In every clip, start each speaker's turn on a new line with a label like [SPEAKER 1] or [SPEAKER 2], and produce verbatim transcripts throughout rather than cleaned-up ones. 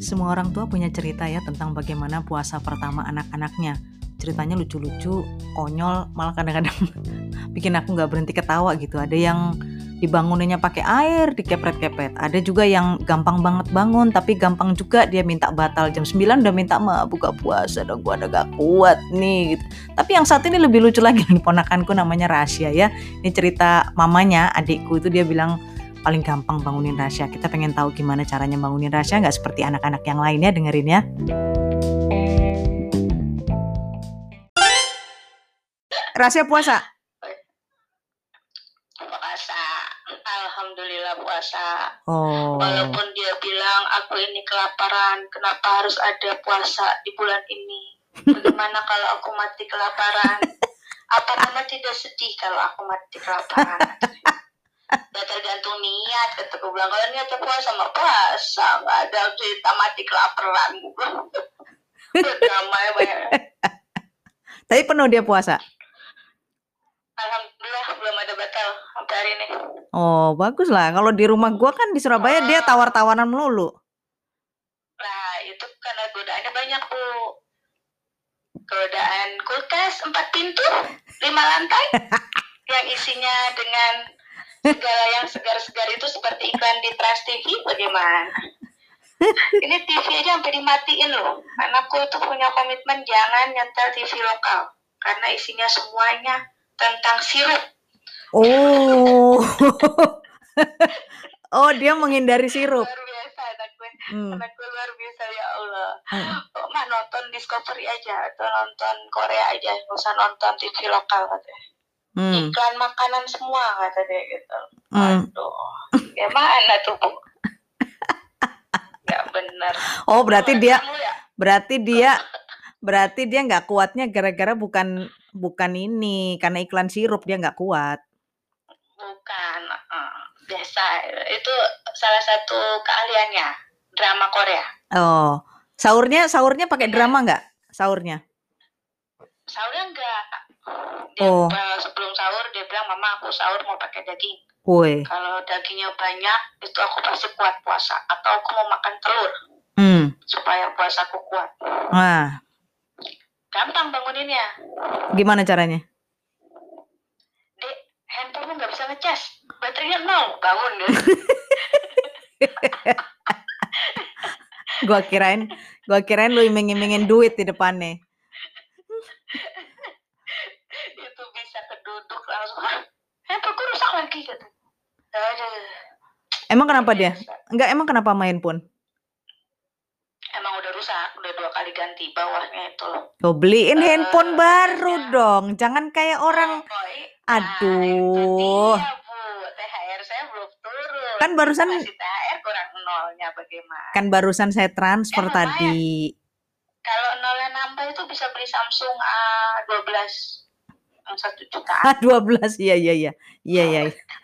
[SPEAKER 1] Semua orang tua punya cerita ya tentang bagaimana puasa pertama anak-anaknya. Ceritanya lucu-lucu, konyol, malah kadang-kadang bikin aku nggak berhenti ketawa gitu. Ada yang dibanguninnya pakai air, dikepret-kepret. Ada juga yang gampang banget bangun, tapi gampang juga dia minta batal. Jam sembilan udah minta ma buka puasa dong, gua udah gak kuat nih gitu. Tapi yang satu ini lebih lucu lagi nih, ponakanku namanya Rasya ya. Ini cerita mamanya, adikku itu dia bilang paling gampang bangunin Rasya. Kita pengen tahu gimana caranya bangunin Rasya, nggak seperti anak-anak yang lain ya, dengerin ya. Rasya puasa?
[SPEAKER 2] Puasa, alhamdulillah puasa.
[SPEAKER 1] Oh.
[SPEAKER 2] Walaupun dia bilang aku ini kelaparan, kenapa harus ada puasa di bulan ini? Bagaimana kalau aku mati kelaparan? Apa mama tidak sedih kalau aku mati kelaparan? Ya tergantung niat, kata aku bilang, kalau niatnya puasa mah puasa, nggak ada cerita mati kelaparan. Damai banyak.
[SPEAKER 1] Tapi penuh dia puasa?
[SPEAKER 2] Alhamdulillah belum ada batal sampai hari ini.
[SPEAKER 1] Oh bagus lah, kalau di rumah gua kan di Surabaya oh. Dia tawar-tawanan melulu.
[SPEAKER 2] Nah itu karena godaannya banyak Bu. Godaan kulkas empat pintu, lima lantai, yang isinya dengan segala yang segar-segar itu seperti iklan di Trans T V, bagaimana? Ini T V aja sampai dimatiin loh. Anakku itu punya komitmen jangan nyetel T V lokal karena isinya semuanya tentang sirup.
[SPEAKER 1] Oh, oh dia menghindari sirup.
[SPEAKER 2] Luar biasa anakku,
[SPEAKER 1] hmm.
[SPEAKER 2] anakku luar biasa ya Allah. Hmm. Oh, mah nonton Discovery aja atau nonton Korea aja, nggak usah nonton T V lokal katanya. Hmm. Iklan makanan semua kata dia gitu.
[SPEAKER 1] Hmm.
[SPEAKER 2] Aduh, gimana tuh Bu? Gak bener.
[SPEAKER 1] Oh berarti dia, ya? berarti dia, berarti dia nggak kuatnya gara-gara bukan bukan ini karena iklan sirup dia nggak kuat.
[SPEAKER 2] Bukan, uh, biasa. Itu salah satu keahliannya drama Korea.
[SPEAKER 1] Oh, sahurnya sahurnya pakai ya. Drama nggak? Sahurnya?
[SPEAKER 2] Sahurnya enggak. Dia
[SPEAKER 1] oh.
[SPEAKER 2] Sebelum sahur dia bilang mama aku sahur mau pakai daging.
[SPEAKER 1] Woi.
[SPEAKER 2] Kalau dagingnya banyak itu aku pasti kuat puasa. Atau aku mau makan telur
[SPEAKER 1] hmm.
[SPEAKER 2] supaya puasaku kuat.
[SPEAKER 1] Nah.
[SPEAKER 2] Gampang banguninnya.
[SPEAKER 1] Gimana caranya?
[SPEAKER 2] Dek, handphone nggak bisa ngecas, baterainya nol, bangun ya.
[SPEAKER 1] Gua kirain, gua kirain lu iming-imingin duit di depannya.
[SPEAKER 2] Itu bisa keduduk langsung. Handphoneku rusak lagi gitu. Aduh.
[SPEAKER 1] Emang kenapa dia? Enggak, emang kenapa main pun?
[SPEAKER 2] Emang udah rusak, udah dua kali ganti bawahnya itu.
[SPEAKER 1] Oh, beliin uh, handphone baru ya. Dong, jangan kayak orang. Oh,
[SPEAKER 2] nah,
[SPEAKER 1] aduh.
[SPEAKER 2] Itu dia, Bu. T H R saya belum turun.
[SPEAKER 1] Kan barusan
[SPEAKER 2] masih T H R kurang nolnya bagaimana?
[SPEAKER 1] Kan barusan saya transfer
[SPEAKER 2] ya,
[SPEAKER 1] tadi.
[SPEAKER 2] Kalau nolnya nambah itu bisa beli Samsung A dua belas yang satu juta.
[SPEAKER 1] A dua belas, iya iya iya. Iya iya.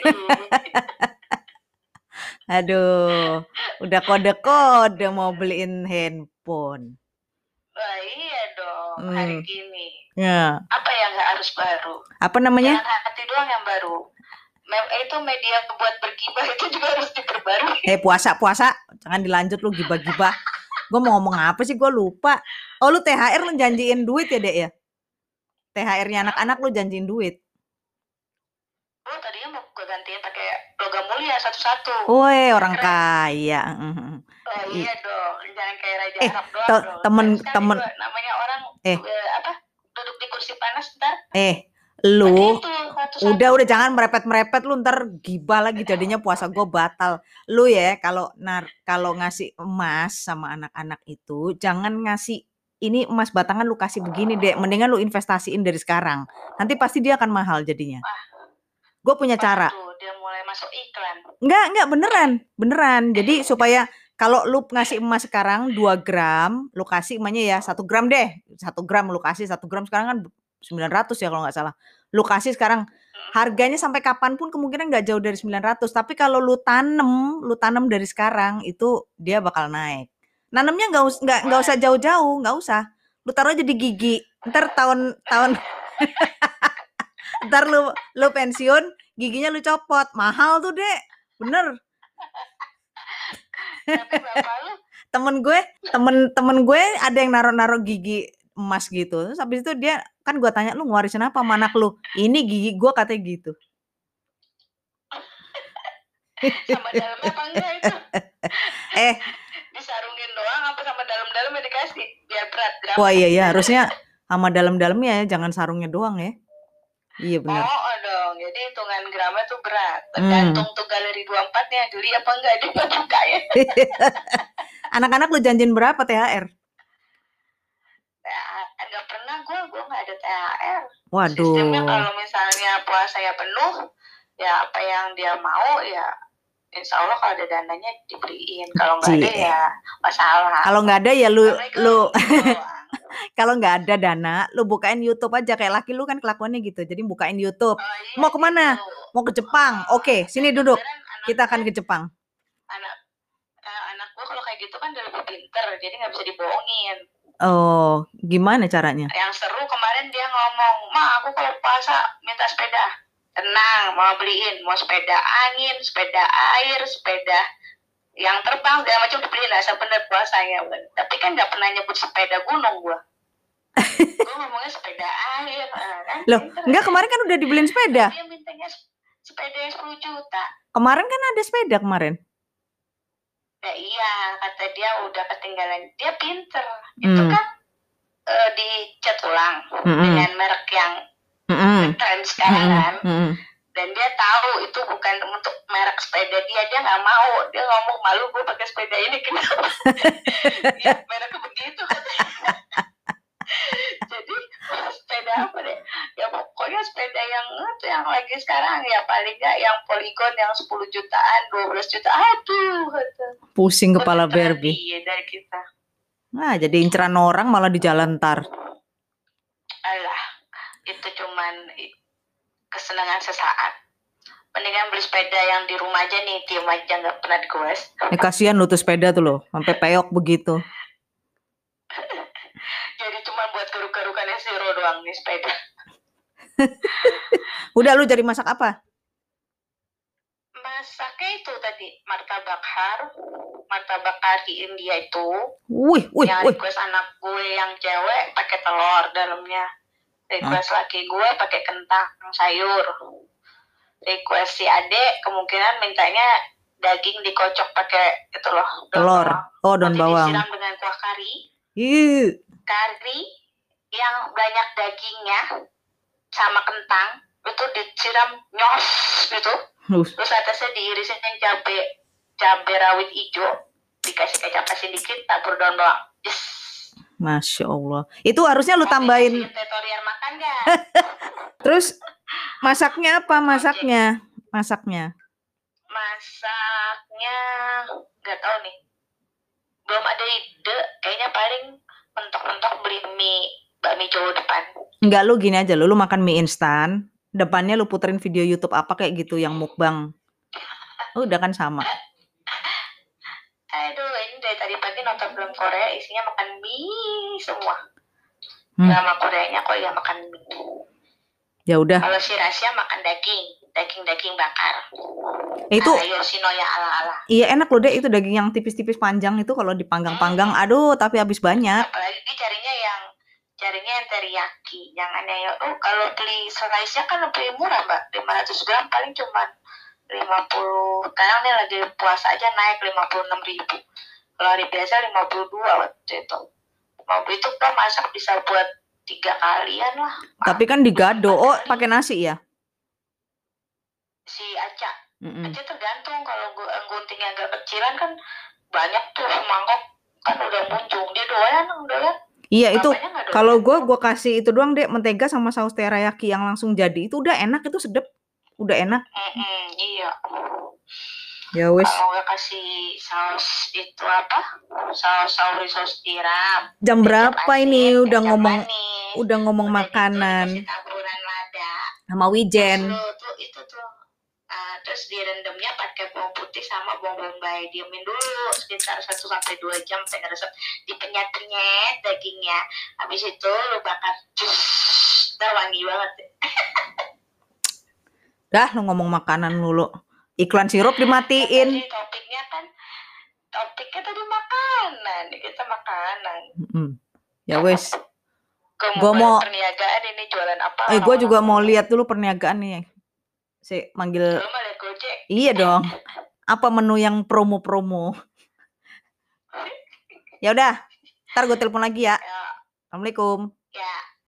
[SPEAKER 1] Aduh, udah kode-kode mau beliin handphone.
[SPEAKER 2] Wah iya dong, hmm. hari gini.
[SPEAKER 1] Ya.
[SPEAKER 2] Apa yang nggak harus baru?
[SPEAKER 1] Apa namanya?
[SPEAKER 2] Jangan hati doang yang baru. Mem- itu media buat bergibah itu juga harus diperbarui.
[SPEAKER 1] Eh puasa puasa, jangan dilanjut lu gibah-gibah. Gue mau ngomong apa sih? Gue lupa. Oh lu T H R lu janjiin duit ya dek ya? T H R-nya anak-anak lu janjiin duit.
[SPEAKER 2] Oh tadinya mau gue gantiin pakai logam mulia satu-satu.
[SPEAKER 1] Woi orang keren. Kaya.
[SPEAKER 2] Oh iya dong, jangan kayak Raja
[SPEAKER 1] eh,
[SPEAKER 2] Arab doang
[SPEAKER 1] to-
[SPEAKER 2] dong.
[SPEAKER 1] Temen temen.
[SPEAKER 2] Juga, namanya orang
[SPEAKER 1] eh.
[SPEAKER 2] uh, apa? Duduk di kursi panas ntar.
[SPEAKER 1] Eh lu itu, udah udah jangan merepet-merepet lu ntar gibah lagi jadinya puasa gue batal. Lu ya kalau nar kalau ngasih emas sama anak-anak itu jangan ngasih ini emas batangan lu kasih begini deh, mendingan lu investasiin dari sekarang. Nanti pasti dia akan mahal jadinya. Gue punya cara.
[SPEAKER 2] Tuh, dia mulai masuk iklan.
[SPEAKER 1] Enggak, enggak beneran, beneran. Jadi supaya kalau lu ngasih emas sekarang dua gram, lu kasih emasnya ya satu gram deh. satu gram lu kasih satu gram sekarang kan sembilan ratus ya kalau nggak salah. Lu kasih sekarang harganya sampai kapanpun kemungkinan nggak jauh dari sembilan ratus. Tapi kalau lu tanem, lu tanem dari sekarang itu dia bakal naik. Nanemnya nggak us- nggak nggak usah jauh-jauh, nggak usah. Lu taruh aja di gigi. Ntar tahun tahun ntar lu lu pensiun, giginya lu copot. Mahal tuh, Dek. Bener.
[SPEAKER 2] Tapi bapak lu
[SPEAKER 1] temen gue temen temen gue ada yang naruh-naruh gigi emas gitu. Terus habis itu dia kan gue tanya, lu ngewarisin apa sama anak lu? Ini gigi gue, katanya gitu.
[SPEAKER 2] Sama dalamnya apa enggak itu?
[SPEAKER 1] Eh,
[SPEAKER 2] Disarungin doang apa sama dalam-dalamnya dikasih biar berat gram?
[SPEAKER 1] wah iya ya, harusnya sama dalam-dalamnya ya, jangan sarungnya doang ya. Iya benar.
[SPEAKER 2] Oh dong, jadi hitungan gramnya tuh berat.
[SPEAKER 1] Hmm.
[SPEAKER 2] Tergantung tuh galeri dua puluh empatnya geli apa enggak dia nggak buka ya.
[SPEAKER 1] Anak-anak lu janjiin berapa T H R?
[SPEAKER 2] T H R nggak pernah gue, gue nggak ada T H R.
[SPEAKER 1] Waduh.
[SPEAKER 2] Sistemnya kalau misalnya puasa ya penuh, ya apa yang dia mau ya insya Allah kalau ada dananya diberiin. Kalau nggak ada ya masalah.
[SPEAKER 1] Kalau nggak ada ya lu
[SPEAKER 2] Assalamualaikum.
[SPEAKER 1] lu
[SPEAKER 2] Doang.
[SPEAKER 1] kalau nggak ada dana, lu bukain YouTube aja, kayak laki lu kan kelakuannya gitu. Jadi bukain YouTube.
[SPEAKER 2] Oh, iya,
[SPEAKER 1] Mau kemana?
[SPEAKER 2] gitu.
[SPEAKER 1] Mau ke Jepang.
[SPEAKER 2] Oh,
[SPEAKER 1] Oke, sini
[SPEAKER 2] dan
[SPEAKER 1] duduk.
[SPEAKER 2] kebetulan anak
[SPEAKER 1] Kita akan
[SPEAKER 2] gue-
[SPEAKER 1] ke Jepang.
[SPEAKER 2] anak eh, anak gue kalau kayak gitu kan udah lebih pinter, jadi nggak bisa dibohongin.
[SPEAKER 1] Oh, gimana caranya?
[SPEAKER 2] Yang seru kemarin dia ngomong, ma aku kalau puasa minta sepeda. Tenang, mau beliin, mau sepeda angin, sepeda air, sepeda yang terbang segala macam dibeliin asal bener puasanya. Tapi kan nggak pernah nyebut sepeda gunung gue. Gue ngomongnya sepeda air, ah, kan?
[SPEAKER 1] Loh,
[SPEAKER 2] pinter.
[SPEAKER 1] enggak, kemarin kan udah dibeliin sepeda.
[SPEAKER 2] Dia mintanya sepeda yang sepuluh juta.
[SPEAKER 1] Kemarin kan ada sepeda kemarin.
[SPEAKER 2] Ya iya, kata dia udah ketinggalan. Dia pinter. Itu
[SPEAKER 1] Hmm.
[SPEAKER 2] kan eh, dicat ulang
[SPEAKER 1] Mm-mm.
[SPEAKER 2] dengan merek yang
[SPEAKER 1] Mm-mm.
[SPEAKER 2] tren sekarang
[SPEAKER 1] Mm-mm.
[SPEAKER 2] kan.
[SPEAKER 1] Mm-mm.
[SPEAKER 2] Dan dia tahu itu bukan untuk merek sepeda dia, dia nggak mau. Dia ngomong, malu gue pakai sepeda ini, kenapa? Ya mereknya begitu. Jadi sepeda apa deh? Ya pokoknya sepeda yang itu yang lagi sekarang ya paling nggak yang Polygon yang sepuluh jutaan, dua belas juta. Aduh, kata.
[SPEAKER 1] Pusing kepala
[SPEAKER 2] Pinteran
[SPEAKER 1] Barbie.
[SPEAKER 2] dia dari kita.
[SPEAKER 1] Nah, jadi inceran orang malah di jalan tar.
[SPEAKER 2] Alah, itu cuman i- kesenangan sesaat. Mendingan beli sepeda yang di rumah aja nih, diem aja nggak pernah digoes.
[SPEAKER 1] Ya kasihan lu tuh sepeda tuh loh, sampai peok begitu.
[SPEAKER 2] Jadi cuma buat garuk-garukannya Zero doang nih sepeda.
[SPEAKER 1] Udah, lu jadi masak apa?
[SPEAKER 2] Masaknya itu tadi martabak har, martabak kari India itu.
[SPEAKER 1] Wih, wih,
[SPEAKER 2] yang
[SPEAKER 1] wih.
[SPEAKER 2] request anak gue yang cewek pakai telur dalamnya. Request laki gue pakai kentang sayur. Request si adek kemungkinan mintanya daging dikocok pakai itu loh. daun
[SPEAKER 1] Telur.
[SPEAKER 2] bawang.
[SPEAKER 1] Oh, daun
[SPEAKER 2] Nanti
[SPEAKER 1] bawang.
[SPEAKER 2] disiram dengan kuah kari.
[SPEAKER 1] Ih,
[SPEAKER 2] Kari yang banyak dagingnya sama kentang itu disiram nyos gitu.
[SPEAKER 1] uh,
[SPEAKER 2] Terus atasnya diirisin yang cabe cabe rawit hijau, dikasih kecap asin dikit, tabur daun bawang. Yes.
[SPEAKER 1] Masya Allah. Itu harusnya lu
[SPEAKER 2] Mau
[SPEAKER 1] tambahin.
[SPEAKER 2] dikasih tutorial makan nggak?
[SPEAKER 1] Terus masaknya apa? Masaknya, masaknya.
[SPEAKER 2] Masaknya nggak tahu nih. Belum ada ide. Kayaknya paling mentok-mentok beli mie bakmi Jawa depan.
[SPEAKER 1] Enggak, lu gini aja, lu, lu makan mie instan, depannya lu puterin video YouTube apa kayak gitu yang mukbang. Udah kan sama.
[SPEAKER 2] Aduh, ini dari tadi pagi nonton film Korea isinya makan mie semua.
[SPEAKER 1] Hmm.
[SPEAKER 2] Drama Koreanya kok ya makan mie.
[SPEAKER 1] Ya udah.
[SPEAKER 2] Kalau si Rasya makan daging, daging-daging bakar.
[SPEAKER 1] Itu
[SPEAKER 2] Ala Yoshinoya ala-ala.
[SPEAKER 1] iya enak loh deh, itu daging yang tipis-tipis panjang itu kalau dipanggang-panggang, aduh tapi habis banyak.
[SPEAKER 2] Apalagi carinya yang carinya yang teriyaki. Jangan yang oh kalau beli slice-nya kan lebih murah, Mbak. lima ratus gram paling cuma lima puluh. Sekarang nih lagi puasa aja naik lima puluh enam ribu. Kalau hari biasa lima puluh dua waktu itu. Mau beli itu kan masak bisa buat tiga kalian lah.
[SPEAKER 1] Tapi kan digado, oh pakai nasi ya?
[SPEAKER 2] Si Aca.
[SPEAKER 1] Mm-mm.
[SPEAKER 2] Aja tergantung kalau gu- guntingnya agak kecilan kan banyak tuh mangkok kan udah muncung dia doyan doyan.
[SPEAKER 1] Iya itu
[SPEAKER 2] Bapaknya nggak doyan.
[SPEAKER 1] kalau gue gue kasih itu doang deh, mentega sama saus teriyaki yang langsung jadi, itu udah enak, itu sedep, udah enak.
[SPEAKER 2] Mm-mm, iya.
[SPEAKER 1] Ya wes.
[SPEAKER 2] Kalau nggak kasih saus itu apa? Saus sauri saus tiram.
[SPEAKER 1] Jam berapa
[SPEAKER 2] Kecap
[SPEAKER 1] ini
[SPEAKER 2] asin,
[SPEAKER 1] udah
[SPEAKER 2] kecap
[SPEAKER 1] ngomong
[SPEAKER 2] manis.
[SPEAKER 1] udah ngomong
[SPEAKER 2] Udah
[SPEAKER 1] makanan
[SPEAKER 2] gitu dikasih taburan lada.
[SPEAKER 1] sama Wijen.
[SPEAKER 2] Terus lu tuh itu tuh ah, terus direndamnya pakai bawang putih sama bawang bombay. Diemin dulu sekitar satu sampai dua jam sampai ngeresep. Dipenyet-penyet dagingnya. Habis itu lu bakar jus. Udah wangi banget.
[SPEAKER 1] Dah lu ngomong makanan mulu. Iklan sirup dimatiin.
[SPEAKER 2] Tadi topiknya kan topiknya tadi makanan. Ini kita makanan.
[SPEAKER 1] Mm-mm. Ya wes.
[SPEAKER 2] Gue
[SPEAKER 1] Gua
[SPEAKER 2] mau
[SPEAKER 1] mau-
[SPEAKER 2] perniagaan ini jualan apa?
[SPEAKER 1] Eh, gue juga mau
[SPEAKER 2] orang-orang.
[SPEAKER 1] lihat dulu perniagaan nih. Si manggil.
[SPEAKER 2] Lu mau lihat Gojek?
[SPEAKER 1] Iya dong. Apa menu yang promo-promo? Ya udah. Ntar gue telepon lagi ya.
[SPEAKER 2] Ya,
[SPEAKER 1] Assalamualaikum.
[SPEAKER 2] ya.